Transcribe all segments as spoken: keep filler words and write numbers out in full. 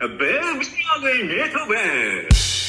Bem-vindo em YouTube!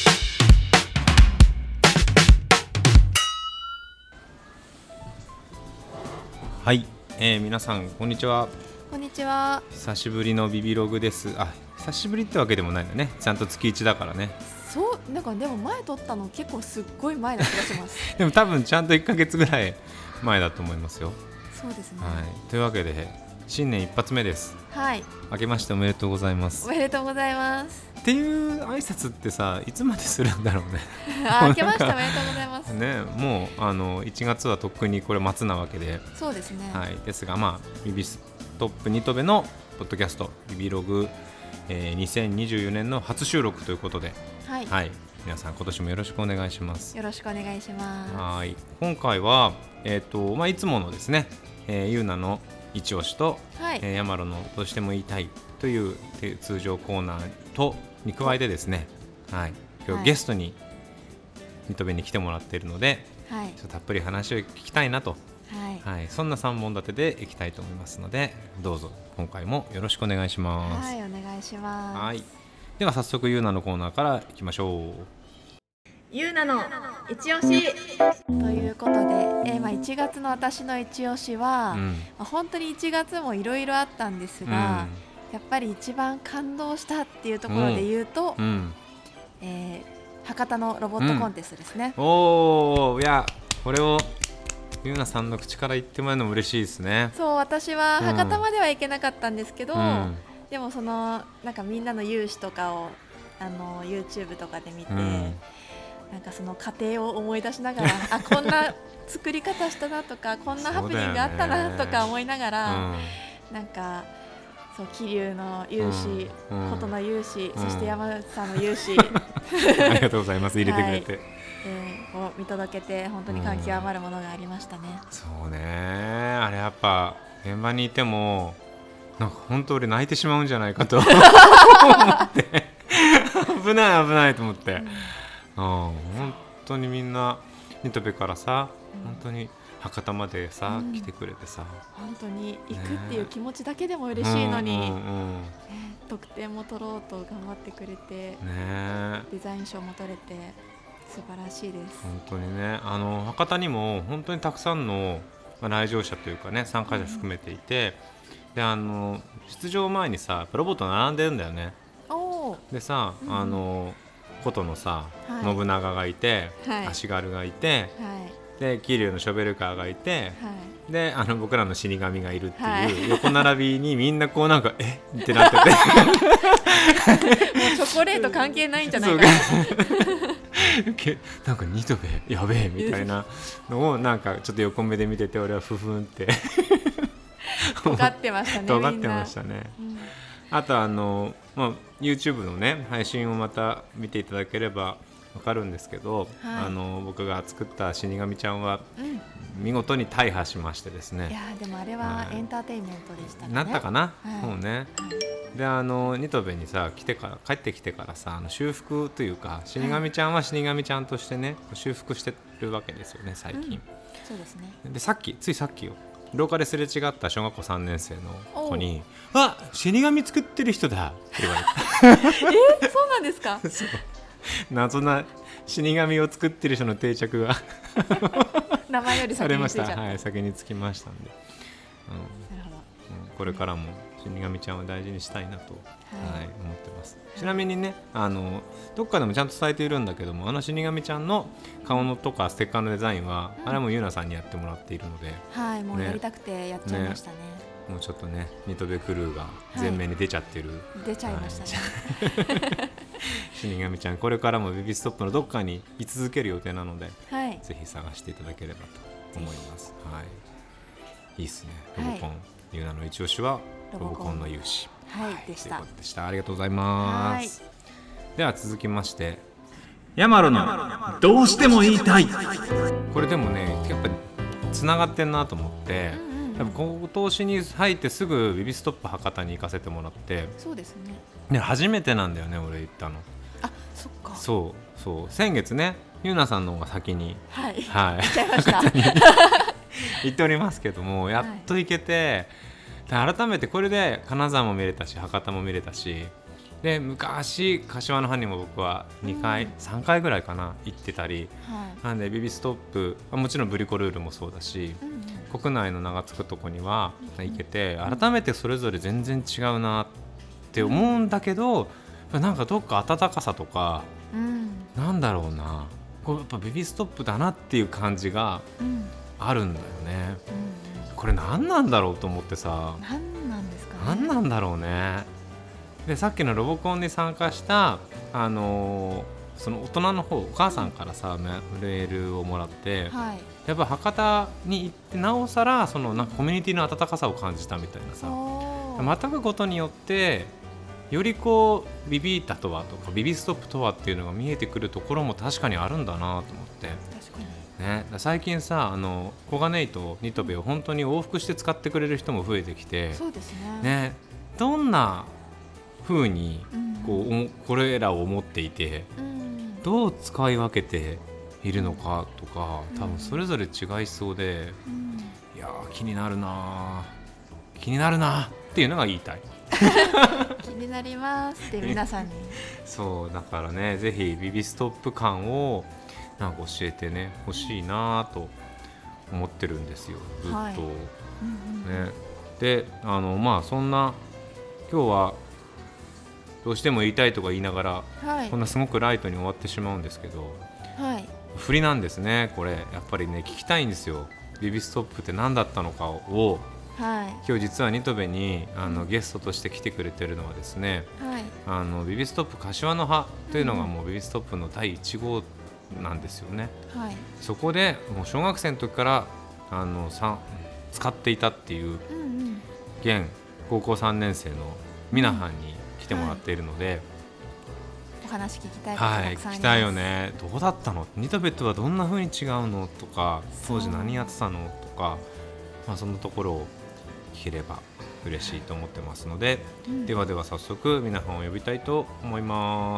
はい、えー、皆さんこんにちは。 こんにちは。 久しぶりのビビログです。あ、久しぶりってわけでもないんだね。ちゃんと月いちだからね。 そう、なんかでも前撮ったの結構すっごい前な気がしますでも多分ちゃんといっかげつぐらい前だと思いますよ。 そうですね、 はい、というわけで新年一発目です。 はい、 明けましておめでとうございます。 おめでとうございますっていう挨拶ってさ、いつまでするんだろうねあ、明けましておめでとうございますね、もうあのいちがつはとっくにこれ末なわけで、 そうですね、 はい、ですが、まあ、ビビストップニトベのポッドキャストビビログ、えー、にせんにじゅうよねんの初収録ということで、 はい、 はい、皆さん今年もよろしくお願いします。 よろしくお願いします。 はい、今回は、えーとまあ、いつものですね、えー、ゆうなの一押しと、 はい、 えー、ヤマロのどうしても言いたいという通常コーナーとに加えてですね、はい、今日ゲストにニトベに来てもらっているので、はい、ちょっとたっぷり話を聞きたいなと、はいはい、そんなさんぼん立てでいきたいと思いますので、どうぞ今回もよろしくお願いします。 はい、お願いします。 はい、では早速ゆうなのコーナーからいきましょう。 ゆうなの一押しということで、えーまあ、いちがつの私の一押しは、うんまあ、本当にいちがつもいろいろあったんですが、うん、やっぱり一番感動したっていうところで言うと、うんうんえー、博多のロボットコンテストですね、 うん、おー、いやこれをゆうなさんの口から言ってもらえるのも嬉しいですね。 そう、私は博多までは行けなかったんですけど、うん、でもそのなんかみんなの雄姿とかをあの YouTube とかで見て、うんなんかその過程を思い出しながらあこんな作り方したなとかこんなハプニングあったなとか思いながら、うん、なんかそう桐生の勇姿、うん、琴の勇姿、うん、そして山内さんの勇姿ありがとうございます、入れてくれて、はいえー、を見届けて本当に感極まるものがありましたね、 うん、そうね、あれやっぱ現場にいてもなんか本当俺泣いてしまうんじゃないかと思って危ない危ないと思って、うんうん、本当にみんなニトベからさ、うん、本当に博多までさ、うん、来てくれてさ、 本当に行くっていう気持ちだけでも嬉しいのに、ねうんうんうんね、得点も取ろうと頑張ってくれて、ね、デザイン賞も取れて素晴らしいです。 本当にね、あの博多にも本当にたくさんの、まあ、来場者というかね参加者含めていて、うん、であの出場前にさロボット並んでるんだよね。おでさ、うん、あの琴のさ、はい、信長がいて、はい、足軽がいて、はい、で桐生のショベルカーがいて、はい、であの僕らの死神がいるっていう横並びにみんなこうなんかえってなっててもうチョコレート関係ないんじゃないかななんかニトベやべえみたいなのをなんかちょっと横目で見てて俺はふふんって尖ってましたね尖ってましたね、うん、あとあの、まあ、YouTube のね配信をまた見ていただければ分かるんですけど、はい、あの僕が作った死神ちゃんは、うん、見事に大破しましてですね。 いやでもあれはエンターテインメントでしたね。 なったかな、 はい、 そうね、はい、であのニトベにさ来てから帰ってきてからさあの修復というか死神ちゃんは死神ちゃんとしてね修復してるわけですよね最近、うん、 そうですね。 でさっきついさっきよ廊下ですれ違った小学校さんねん生の子にあ死神作ってる人だって言われたえそうなんですかそう謎な死神を作ってる人の定着が名前より先についちゃった、 はい、先につきましたんで、うん、なるほど、うん、これからも死神ちゃんを大事にしたいなと、はいはい、思ってます、はい、ちなみにねあのどっかでもちゃんと伝えているんだけどもあの死神ちゃんの顔のとかステッカーのデザインは、うん、あれもゆうなさんにやってもらっているので、 はいもうやりたくてやっちゃいましたね、ねもうちょっとねニトベクルーが前面に出ちゃってる、はい、 出ちゃいましたね死神ちゃんこれからもビビストップのどっかに居続ける予定なので、はい、ぜひ探していただければと思います、はい、いいっすねロボコン、はい、ゆうなの一押しはロボコンの勇姿、 はい、でした、 ということでした。ありがとうございます。では続きましてヤマロのどうしても言いたい。これでもねやっぱつながってんなと思って、うんうん、今年に入ってすぐビビストップ博多に行かせてもらって、 そうですね。 で初めてなんだよね俺行ったの。 あ、そっか。 そうそう先月ねゆうなさんの方が先にはい、 はい、 行っちゃいました行っておりますけどもやっと行けて、はい、改めてこれで金沢も見れたし博多も見れたしで昔柏の葉にも僕はにかい、うん、さんかいぐらいかな行ってたり、はい、なんでビビストップもちろんブリコルールもそうだし、うん、国内の名が付くとこには行けて、うん、改めてそれぞれ全然違うなって思うんだけど、うん、なんかどっか温かさとか、うん、なんだろうな、こうやっぱビビストップだなっていう感じがあるんだよね、うん、これ何なんだろうと思ってさ、 何なんですかね、 何なんだろうね。でさっきのロボコンに参加した、あのー、その大人の方、お母さんからさ、うん、メールをもらって、はい、やっぱ博多に行ってなおさらそのなんかコミュニティの温かさを感じたみたいなさ、またぐことによってよりこうビビータとはとかビビストップとはっていうのが見えてくるところも確かにあるんだなと思って、確かに、ね、最近さ、あのコガネイとニトベを本当に往復して使ってくれる人も増えてきて、 そうですね、 ね、どんな風にこう、うん、これらを思っていて、うん、どう使い分けているのかとか、多分それぞれ違いそうで、うん、いやー気になるな気になるなっていうのが言いたい気になりますって皆さんにそうだからね、ぜひビビストップ感をなんか教えてね欲しいなと思ってるんですよ、ずっと、はい、うんうんね、であのまあそんな今日はどうしても言いたいとか言いながら、はい、こんなすごくライトに終わってしまうんですけど、はい、振りなんですねこれ。やっぱりね聞きたいんですよ、ビビストップって何だったのかを、はい、今日実はニトベにあのゲストとして来てくれてるのはですね、はい、あのビビストップ柏の葉というのがもうビビストップのだいいち号なんですよね、はい、そこでもう小学生の時からあのさ使っていたっていう、うんうん、現高校さんねん生のミナハンに来てもらっているので、はい、 お話聞きたいことたくさんあります。 はい、聞きたいよね。どうだったの、ニトベとはどんな風に違うのとか、当時何やってたのとか、まあ、そのところを聞ければ嬉しいと思ってますので、うん、ではでは早速ミナハンを呼びたいと思います。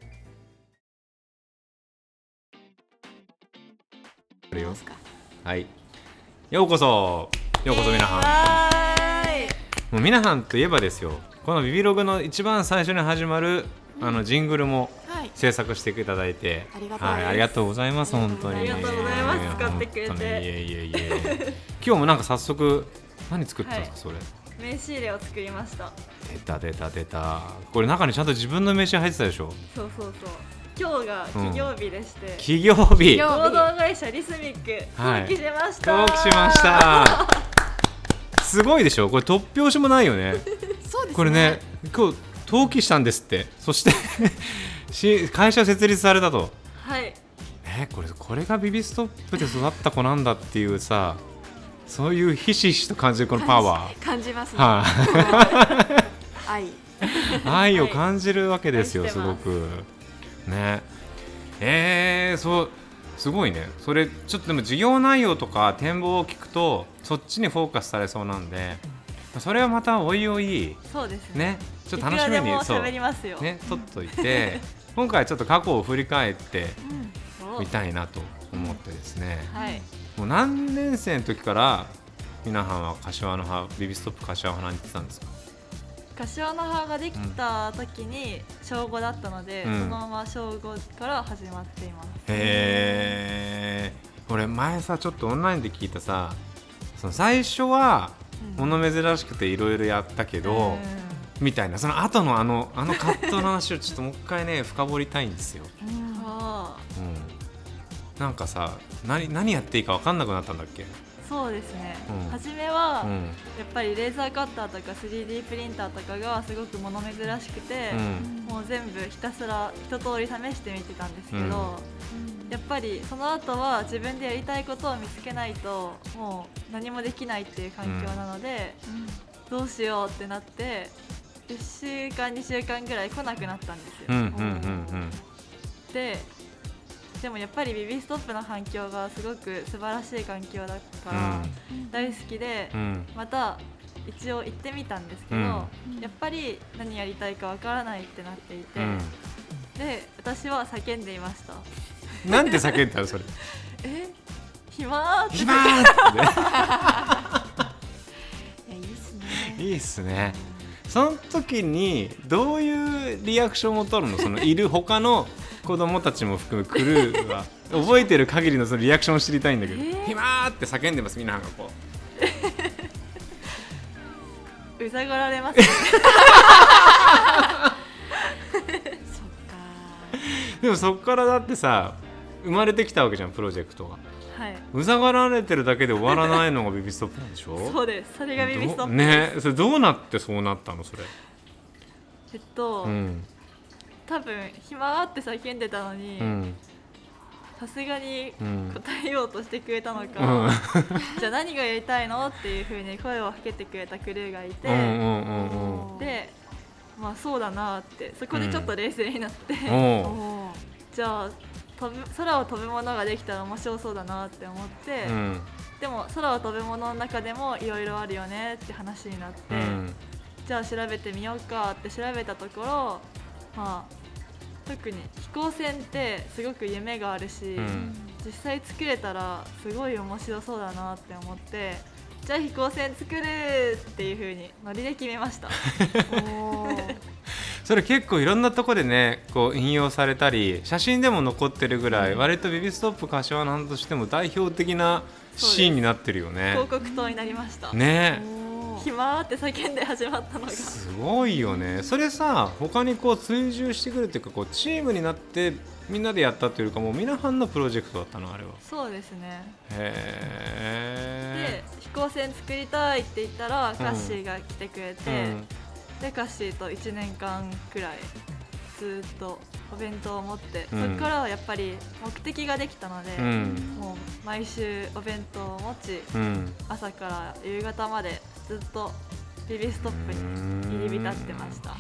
はい、ようこそようこそミナハン。もうミナハンといえばですよ、このビビログの一番最初に始まる、うん、あのジングルも制作していただいて、 はい、ありがとう、 はい、ありがとうございます。本当にありがとうございます。使ってくれて、いえいえいえ今日もなんか早速何作ったんですか、はい、 それ名刺入れを作りました。 出た出た出た。これ中にちゃんと自分の名刺入ってたでしょ。 そうそうそう、今日が企業日でして、うん、 企業日、 合同会社リスミック登記しました。 登記しましたすごいでしょ、これ突拍子もないよねそうですね、 これね、今日登記したんですって。そして会社設立されたと。 はい、 えこれこれがビビストップで育った子なんだっていうさ、そういうひしひしと感じるこのパワー感じますね、 はあ、愛愛を感じるわけですよ、すごくね。えー、そうすごいね。それちょっとでも授業内容とか展望を聞くとそっちにフォーカスされそうなんで、それはまたおいおい、 そうですね、ちょっと楽しみに喋りますよ、 ね、取っといて今回はちょっと過去を振り返ってみたいなと思ってですね、 はい、 もう何年生の時からミナハンは柏の葉、ビビストップ柏の葉に行ってたんですか。 柏の葉ができた時に小ごだったので、うん、そのまま小ごから始まっています。 へー、俺前さちょっとオンラインで聞いたさ、その最初は物珍しくていろいろやったけど、うん、みたいな、その後のあのあの葛藤の話をちょっともう一回ね深掘りたいんですよ、うんうん、なんかさ、何、何やっていいか分かんなくなったんだっけ。 そうですね、うん、初めは、うん、やっぱりレーザーカッターとか スリーディー プリンターとかがすごく物珍しくて、うん、もう全部ひたすら一通り試してみてたんですけど、うん、やっぱりその後は自分でやりたいことを見つけないともう何もできないっていう環境なので、うん、どうしようってなっていっしゅうかんにしゅうかんぐらい来なくなったんですよ、うんうんうんうん、ででもやっぱりビビストップの環境がすごく素晴らしい環境だから大好きで、うん、また一応行ってみたんですけど、うん、やっぱり何やりたいかわからないってなっていて、うん、で私は叫んでいました。 なんで叫んだのそれえ暇って暇っていいっすね。 いいっすね。 その時にどういうリアクションを取るの？そのいる他の子供たちも含むクルーが覚えてる限りのそのリアクションを知りたいんだけど、えー、ひまーって叫んでます、みんながこううざがられますねそっか。 でもそっからだってさ生まれてきたわけじゃん、プロジェクトが。 はい、 うざがられてるだけで終わらないのがビビストップなんでしょそうです、それがビビストップですね。それどうなってそうなったのそれ？ えっと、うん、多分暇って叫んでたのにさすがに答えようとしてくれたのか、うん、じゃあ何がやりたいのっていう風に声をかけてくれたクルーがいて、うんうんうんうん、でまあそうだなって、そこでちょっと冷静になって、うん、じゃあ飛ぶ空を飛ぶものができたら面白そうだなって思って、うん、でも空を飛ぶものの中でもいろいろあるよねって話になって、うん、じゃあ調べてみようかって調べたところ、まあ、特に飛行船ってすごく夢があるし、うん、実際作れたらすごい面白そうだなって思って、じゃあ飛行船作るっていう風にノリで決めましたおそれ結構いろんなとこでねこう引用されたり写真でも残ってるぐらい、うん、割とビビストップ柏なんとしても代表的なシーンになってるよね。 広告塔になりましたね。 暇って叫んで始まったのがすごいよね。それさ他にこう追従してくるっていうか、こうチームになってみんなでやったっていうか、もう皆さんのプロジェクトだったのあれは。 そうですね。 へで飛行船作りたいって言ったらカッシーが来てくれて、うんうんでカッシーといちねんかんくらいずっとお弁当を持って、うん、そこからはやっぱり目的ができたので、うん、もう毎週お弁当を持ち、うん、朝から夕方までずっとビビストップに入り浸ってました。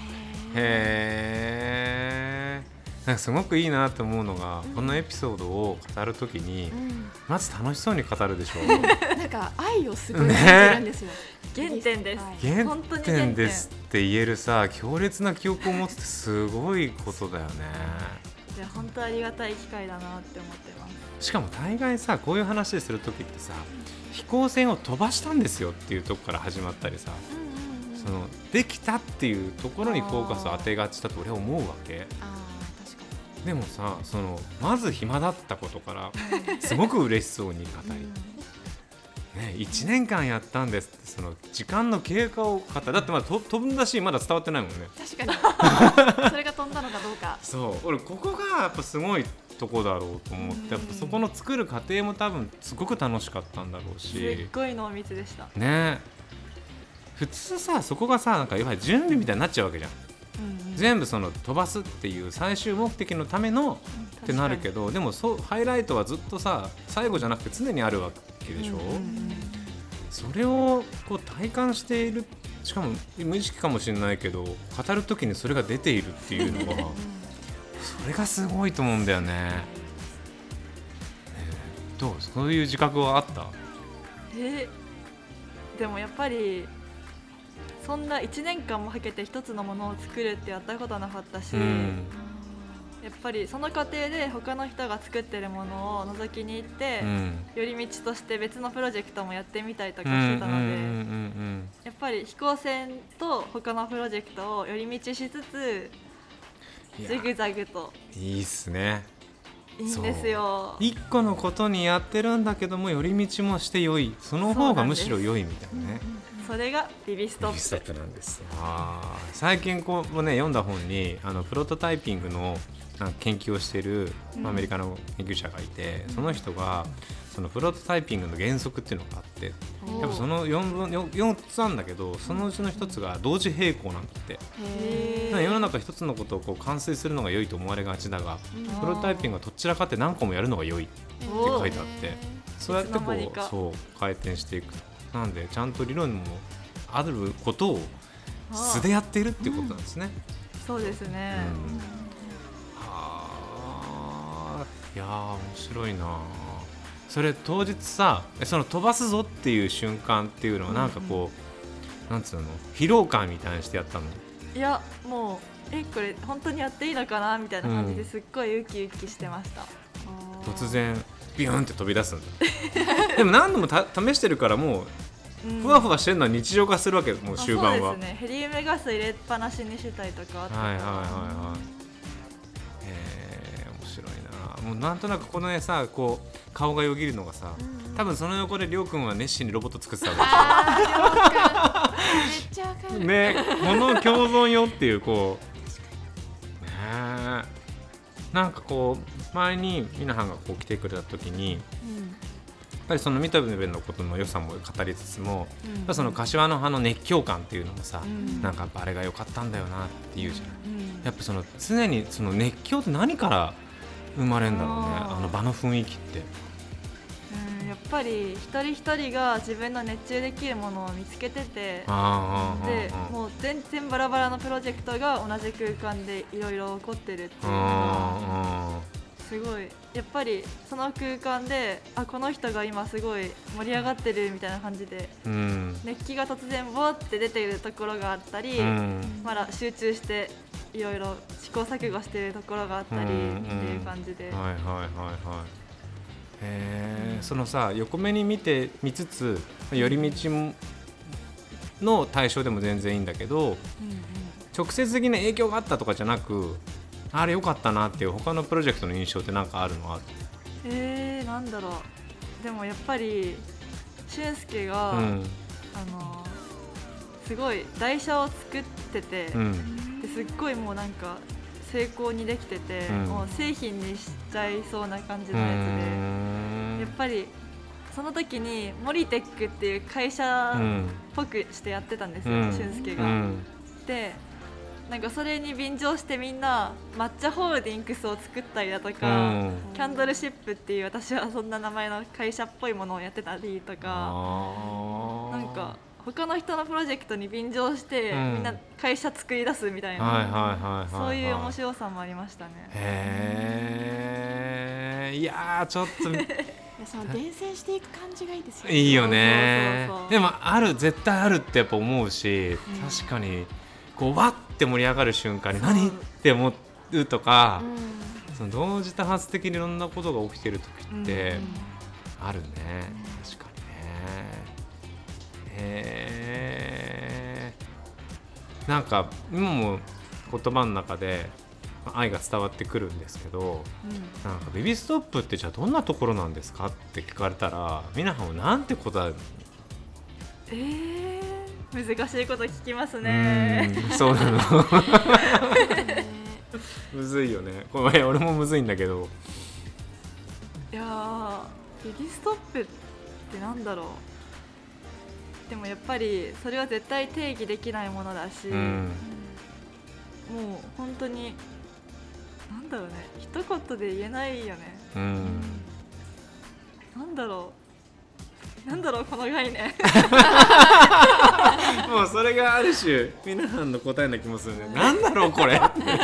へー、なんかすごくいいなと思うのが、うん、このエピソードを語るときに、うん、まず楽しそうに語るでしょなんか愛をすごい感じるんですよ、ね、 原点です。 原点ですって言えるさ強烈な記憶を持つってすごいことだよね。 いや本当ありがたい機会だなって思ってます。 しかも大概さこういう話するときってさ、飛行船を飛ばしたんですよっていうとこから始まったりさ、うんうんうん、そのできたっていうところにフォーカスを当てがちだと俺は思うわけ。でもさ、そのまず暇だったことからすごく嬉しそうに語り、ね、いちねんかんやったんですってその時間の経過を語る。だってまだ飛んだシーンまだ伝わってないもんね。 確かにそれが飛んだのかどうかそう俺ここがやっぱすごいとこだろうと思って、やっぱそこの作る過程も多分すごく楽しかったんだろうし、 すっごい濃密でしたね。普通さそこがさなんかいわゆる準備みたいになっちゃうわけじゃん。うんうん、全部その飛ばすっていう最終目的のためのってなるけど、でもそうハイライトはずっとさ最後じゃなくて常にあるわけでしょ、うんうんうん、それをこう体感している、しかも無意識かもしれないけど語るときにそれが出ているっていうのはそれがすごいと思うんだよね。ねどうそういう自覚はあった？ えでもやっぱりそんないちねんかんもかけて一つのものを作るってやったことなかったし、うん、やっぱりその過程で他の人が作ってるものを覗きに行って、うん、寄り道として別のプロジェクトもやってみたりとかしてたので、やっぱり飛行船と他のプロジェクトを寄り道しつつジグザグといいっすね。 いいんですよ。 一個のことにやってるんだけども寄り道もして良い、その方がむしろ良いみたいなね。 それがビビストップ。 ビビストップなんです。あ最近こう、ね、読んだ本にあのプロトタイピングの研究をしているアメリカの研究者がいて、うん、その人がそのプロトタイピングの原則っていうのがあって、やっぱその 4, 分 4, 4つあるんだけど、そのうちのひとつが同時並行なんだって。へ世の中ひとつのことをこう完遂するのが良いと思われがちだが、プロトタイピングはどちらかって何個もやるのが良いって書いてあって、そうやってこうそう回転していく。なんでちゃんと理論もあることを素でやっているっていうことなんですね。 うん、そうですね。 うん、はあ、いや面白いな。それ当日さ、その飛ばすぞっていう瞬間っていうのはなんかこう、うんうん、なんつうの疲労感みたいにしてやったの？ いやもうえこれ本当にやっていいのかなみたいな感じですっごいウキウキしてました。 うん、突然ビューンって飛び出すんだでも何度もた試してるからもうふわふわしてるのは日常化するわけもう終盤は。 そうですね、ヘリウムガス入れっぱなしにしたりとかあったから。 はいはいはいはい。えー、面白いな。もうなんとなくこのねさこう顔がよぎるのがさ、うん、多分その横でりょうくんは熱心にロボット作ってたわけでしょ。 あーめっちゃわかるね、この共存よっていうこうね、なんかこう前にみなはんがこう来てくれた時に、うん、やっぱりその三度目のことの良さも語りつつも、うん、その柏の葉の熱狂感っていうのもさ、うん、なんかやっぱあれが良かったんだよなっていうじゃない、うん、やっぱその常にその熱狂って何から生まれるんだろうね、あの場の雰囲気って。 うん、やっぱり一人一人が自分の熱中できるものを見つけてて、でもう全然バラバラのプロジェクトが同じ空間でいろいろ起こってるっていうのがすごい、やっぱりその空間であこの人が今すごい盛り上がってるみたいな感じで、うん、熱気が突然ボーって出ているところがあったり、うん、まだ集中していろいろ試行錯誤しているところがあったりっていう感じで、 はいはいはいはい。へー、そのさ横目に見て見つつ寄り道の対象でも全然いいんだけど、うんうん、直接的な影響があったとかじゃなくあれ良かったなっていう他のプロジェクトの印象って何かあるの？ある？ えー、なんだろう、でもやっぱり俊介が、うん、あのすごい台車を作ってて、うん、ですっごいもうなんか成功にできてて、うん、もう製品にしちゃいそうな感じのやつで、やっぱりその時にモリテックっていう会社っぽくしてやってたんですよ、うん、俊介が、うん、でなんかそれに便乗してみんな抹茶ホールディングスを作ったりだとか、うん、キャンドルシップっていう私はそんな名前の会社っぽいものをやってたりとか、なんか他の人のプロジェクトに便乗して、うん、みんな会社作り出すみたいな、そういう面白さもありましたね。 へー、いやーちょっとその伝染していく感じがいいですよね。 いいよね。そうそうそうそう。でもある絶対あるってやっぱ思うし、うん、確かにこうわって盛り上がる瞬間に何って思うとか、うん、その同時多発的にいろんなことが起きてる時ってあるね、うん、確かにね。へー、なんか今も言葉の中で愛が伝わってくるんですけど、うん、なんかベビーストップってじゃあどんなところなんですかって聞かれたらみなはんはなんて答えるの？ えー、難しいこと聞きますね。 うん、そうなのむずいよね。ごめん俺もむずいんだけど、 いやベビーストップってなんだろう。でもやっぱりそれは絶対定義できないものだし、うん、もう本当になんだろうね、一言で言えないよね、うん、なんだろうなんだろうこの概念もうそれがある種みなはんの答えな気もするね。なんだろうこれ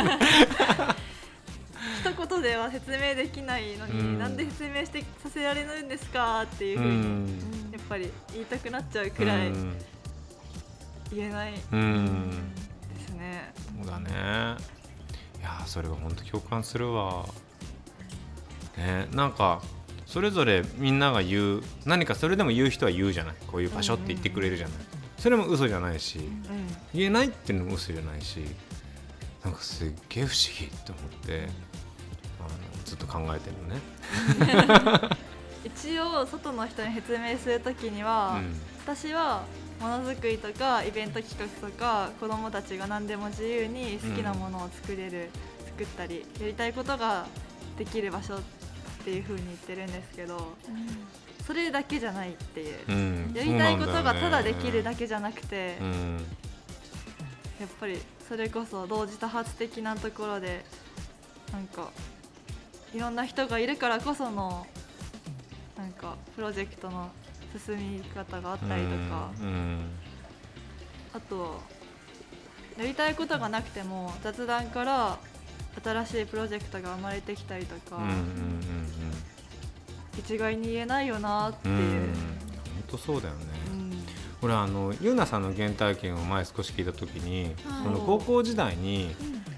一言では説明できないのに、うん、なんで説明してさせられるんですかっていうふうに、うん、やっぱり言いたくなっちゃうくらい言えないですね。 そうだね。いやそれは本当共感するわ、ね、なんかそれぞれみんなが言う何かそれでも言う人は言うじゃない。こういう場所って言ってくれるじゃない、うんうん、それも嘘じゃないし、うん、言えないっていうのも嘘じゃないし、なんかすっげえ不思議と思ってあのずっと考えてるのね一応外の人に説明するときには、うん、私はものづくりとかイベント企画とか子どもたちが何でも自由に好きなものを作れる、うん、作ったりやりたいことができる場所っていう風に言ってるんですけど、うん、それだけじゃないっていう、うん、やりたいことがただできるだけじゃなくて、うん、やっぱりそれこそ同時多発的なところでなんかいろんな人がいるからこそのなんかプロジェクトの進み方があったりとか、うんうん、あとやりたいことがなくても雑談から新しいプロジェクトが生まれてきたりとか、うんうんうんうん、一概に言えないよなっていう、うん、本当そうだよね、うん、俺あのゆうなさんの原体験を前少し聞いた時に、その高校時代に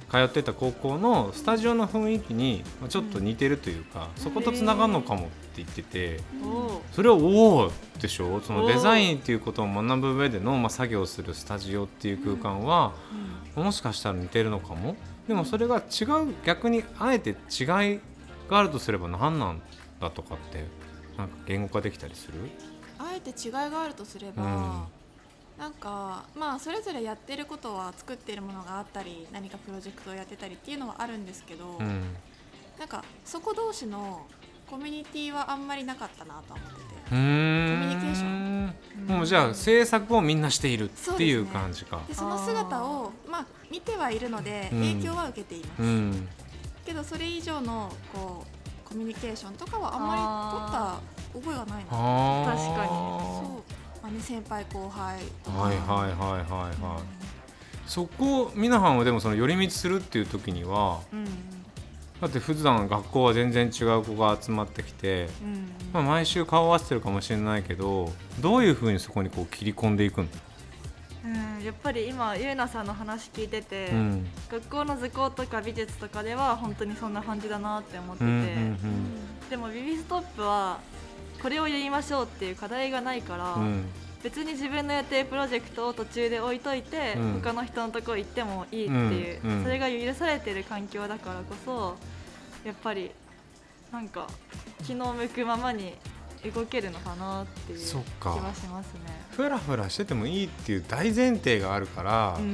通ってた高校のスタジオの雰囲気にちょっと似てるというか、うん、そことつながるのかもって言ってて、うん、それはおおでしょ。そのデザインっていうことを学ぶ上での、まあ、作業するスタジオっていう空間は、うん、もしかしたら似てるのかも。でもそれが違う、逆にあえて違いがあるとすれば何なんだとかってなんか言語化できたりする？ あえて違いがあるとすれば、うん、なんかまあそれぞれやってることは作ってるものがあったり何かプロジェクトをやってたりっていうのはあるんですけど、うん、なんかそこ同士のコミュニティはあんまりなかったなと思ってて、 うーん、コミュニケーション、うん、もうじゃあ制作をみんなしているっていう感じか。 で、その姿をまあ見てはいるので影響は受けています、うん、けどそれ以上のこうコミュニケーションとかはあんまり取った覚えがないな。 確かにそう、まあね、先輩後輩とか、 はいはいはいはいはい、うん、そこみなはんはでもその寄り道するっていう時には、うん、だって普段学校は全然違う子が集まってきて、うんまあ、毎週顔合わせてるかもしれないけど、どういう風にそこにこう切り込んでいくの？ うん、やっぱり今ゆうなさんの話聞いてて、うん、学校の図工とか美術とかでは本当にそんな感じだなって思ってて、うんうんうん、でもビビストップはこれをやりましょうっていう課題がないから、うん、別に自分の予定プロジェクトを途中で置いといて、うん、他の人のとこ行ってもいいっていう、うんうん、それが許されてる環境だからこそやっぱりなんか気の向くままに動けるのかなっていう気はしますね。 フラフラしててもいいっていう大前提があるから、うんうんうん、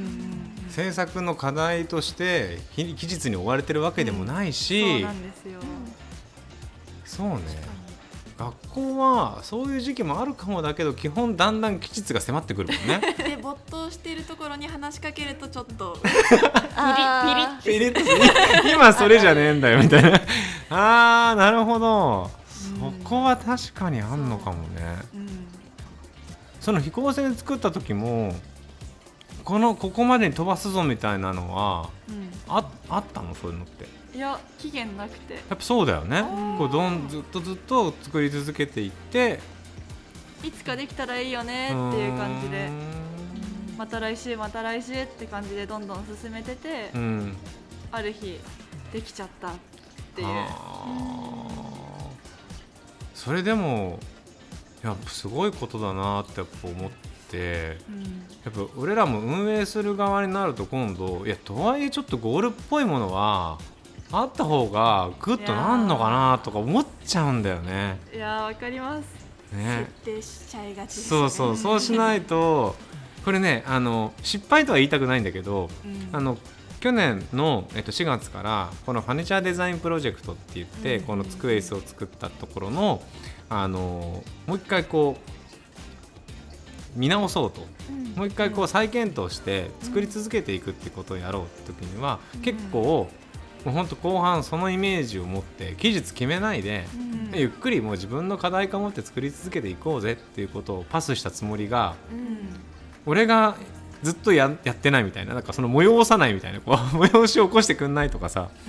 制作の課題として期日に追われてるわけでもないし、うん、 そうなんですよ、 そうね、学校はそういう時期もあるかもだけど基本だんだん期日が迫ってくるもんねで没頭しているところに話しかけるとちょっとピリピリッピリッ今それじゃねえんだよみたいなあーなるほど、そこは確かにあんのかもね、うん、その飛行船作った時もこのここまでに飛ばすぞみたいなのは、うん、あ, あったのそういうのって？ いや期限なくて、やっぱそうだよね、こうどんずっとずっと作り続けていっていつかできたらいいよねっていう感じで、また来週また来週って感じでどんどん進めてて、うん、ある日できちゃったっていう。 それでもやっぱすごいことだなってやっぱ思って、うん、やっぱ俺らも運営する側になると今度いやとはいえちょっとゴールっぽいものはあった方がグッとなんのかなとか思っちゃうんだよね。 いやーわかります、 ね、設定しちゃいがちですね。 そうそうそうしないとこれねあの失敗とは言いたくないんだけど、うん、あの去年の、えっと、しがつからこのファニチャーデザインプロジェクトって言って、うん、このつくえ椅子を作ったところの、あのもう一回こう見直そうと、うん、もう一回こう再検討して作り続けていくってことをやろうって時には、うん、結構もうほんと後半そのイメージを持って期日決めないで、うん、ゆっくりもう自分の課題感を持って作り続けていこうぜっていうことをパスしたつもりが、うん、俺がずっと や, やってないみたいな、なんかその催さないみたいなこう催しを起こしてくんないとかさ、うん、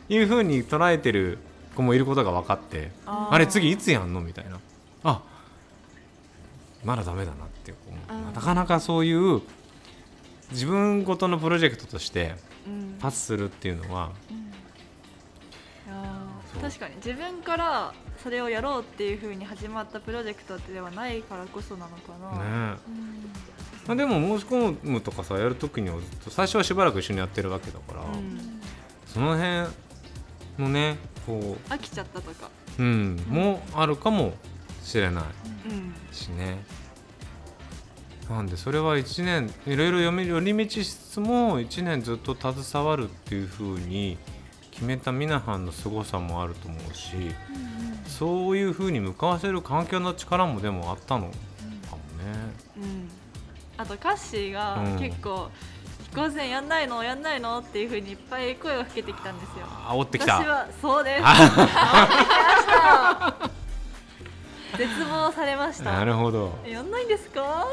いう風に捉えてる子もいることが分かって、 あ, あれ次いつやんのみたいな、あまだダメだなっていう、なかなかそういう自分ごとのプロジェクトとしてパスするっていうのは、うんうん、いや確かに自分からそれをやろうっていう風に始まったプロジェクトではないからこそなのかな、ね、うんまあ、 でも申し込むとかさやるときにはずっと最初はしばらく一緒にやってるわけだから、うん、その辺のねこう飽きちゃったとか、 うんうん、もあるかもしれないしね、うん、なんでそれはいちねんいろいろ読み寄り道しつつもいちねんずっと携わるっていう風に決めたミナハンの凄さもあると思うし、うんうん、そういう風に向かわせる環境の力もでもあったのかもね、 うんうんあとカッシーが結構、うん、飛行船やんないのやんないのっていう風にいっぱい声をかけてきたんですよ。 煽ってきた。 私はそうです煽ってきました絶望されました。 なるほど。 やんないんですか？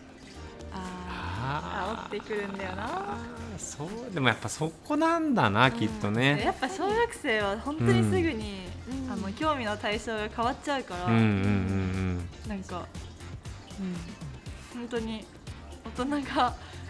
ああ煽ってくるんだよな。 そうでもやっぱそこなんだな、うん、きっとね。 やっぱ小学生は本当にすぐに、うん、あの興味の対象が変わっちゃうから、うんうんうんうん、なんか、うん、本当に大人が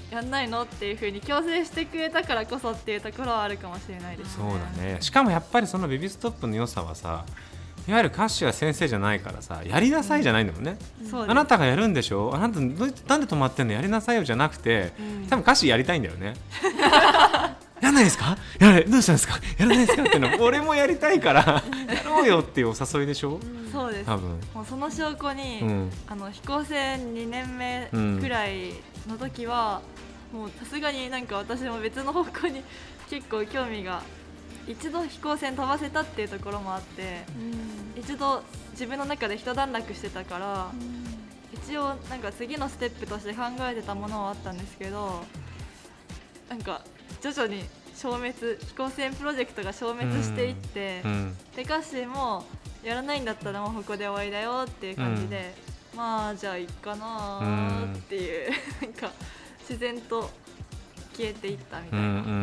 やんないのっていう風に強制してくれたからこそっていうところはあるかもしれないですね。 そうだね。しかもやっぱりそのビビストップの良さはさ、いわゆる歌詞は先生じゃないからさ、やりなさいじゃないんだもんね、うん、あなたがやるんでしょ、あなたなんで止まってんの、やりなさいよじゃなくて、うん、多分歌詞やりたいんだよねやんないですか、やれ、どうしたんですか、やらないですかっての俺もやりたいからやろうよっていうお誘いでしょ、うん、 そうです。 多分もうその証拠に、うん、あの飛行船にねんめくらいの時は、うん、もうさすがになんか私も別の方向に結構興味が、一度飛行船飛ばせたっていうところもあって、うん、一度自分の中で一段落してたから、うん、一応なんか次のステップとして考えてたものはあったんですけど、なんか徐々に消滅、飛行船プロジェクトが消滅していって、うん、で歌詞もやらないんだったらもうここで終わりだよっていう感じで、うん、まあじゃあいいかなっていう、うん、なんか自然と消えていったみたいな、うんうんうんうん、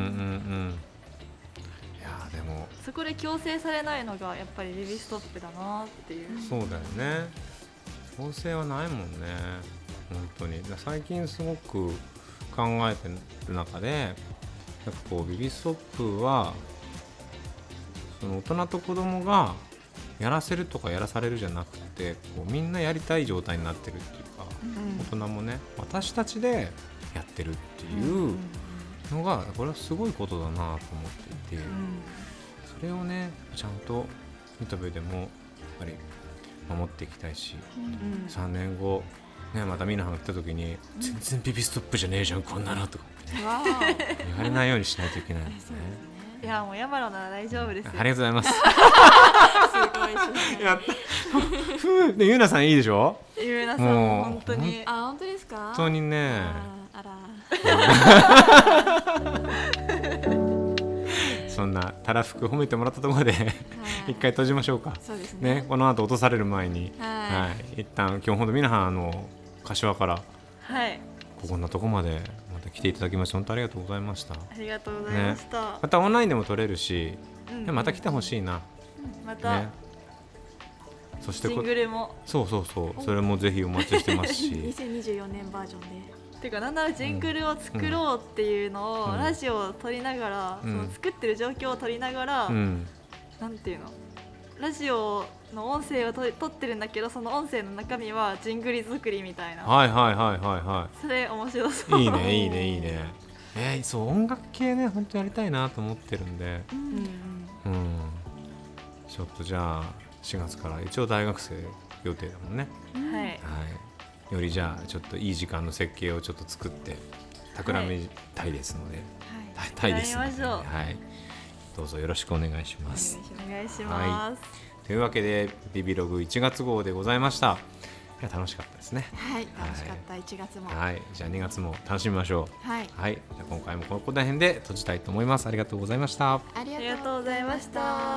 いやでもそこで強制されないのがやっぱりビビストップだなっていう。 そうだよね、強制はないもんね本当に。最近すごく考えてる中で、なんかこうビビストップはその大人と子供がやらせるとかやらされるじゃなくて、こうみんなやりたい状態になってるっていうか、うん、大人もね私たちでやってるっていうのがこれはすごいことだなと思っていて、うん、それをねちゃんと見た上でもやっぱり守っていきたいし、うん、さんねんご、ね、またミナハンが来た時に、うん、全然ビビストップじゃねえじゃんこんなのとか言われないようにしないといけないですね。 いやもう山野なら大丈夫ですよ。 ありがとうございますすごいやったふでゆうなさんいいでしょ。 ゆうなさんも本当に、 あ本当ですか。 本当にね、 あらそんなたらふく褒めてもらったところで一回閉じましょうか。 そうですね。 ね、この後落とされる前に、 はいはい、一旦今日本当皆さんあの柏からはいこんなとこまでまた来ていただきまして本当ありがとうございました。ありがとうございました、ね、 またオンラインでも撮れるし、うんうん、また来てほしいな、 うん、また、ね、 そしてジングルもそうそうそうそれもぜひお待ちしてますしにせんにじゅうよねんバージョンでてかなんならジングルを作ろうっていうのを、うん、ラジオを撮りながら、うん、その作ってる状況を撮りながら、うん、なんていうのラジオの音声をと撮ってるんだけどその音声の中身はジングル作りみたいな。 はいはいはいはいはい。 それ面白そう。 いいねいいねいいね。えー、そう音楽系ね本当やりたいなと思ってるんで、うん、うん、ちょっとじゃあしがつから一応大学生予定だもんね。 はい。はい。 よりじゃあちょっといい時間の設計をちょっと作って企みたいですので、はい、たいですので、はい、どうぞよろしくお願いします。 お願いします。はいというわけでビビログいちがつ号でございました。いや楽しかったですね。 はい楽しかった、はい、いちがつも。 はいじゃあにがつも楽しみましょう。はい、 はい、じゃあ今回もこの辺で閉じたいと思います。ありがとうございました。 ありがとうございました。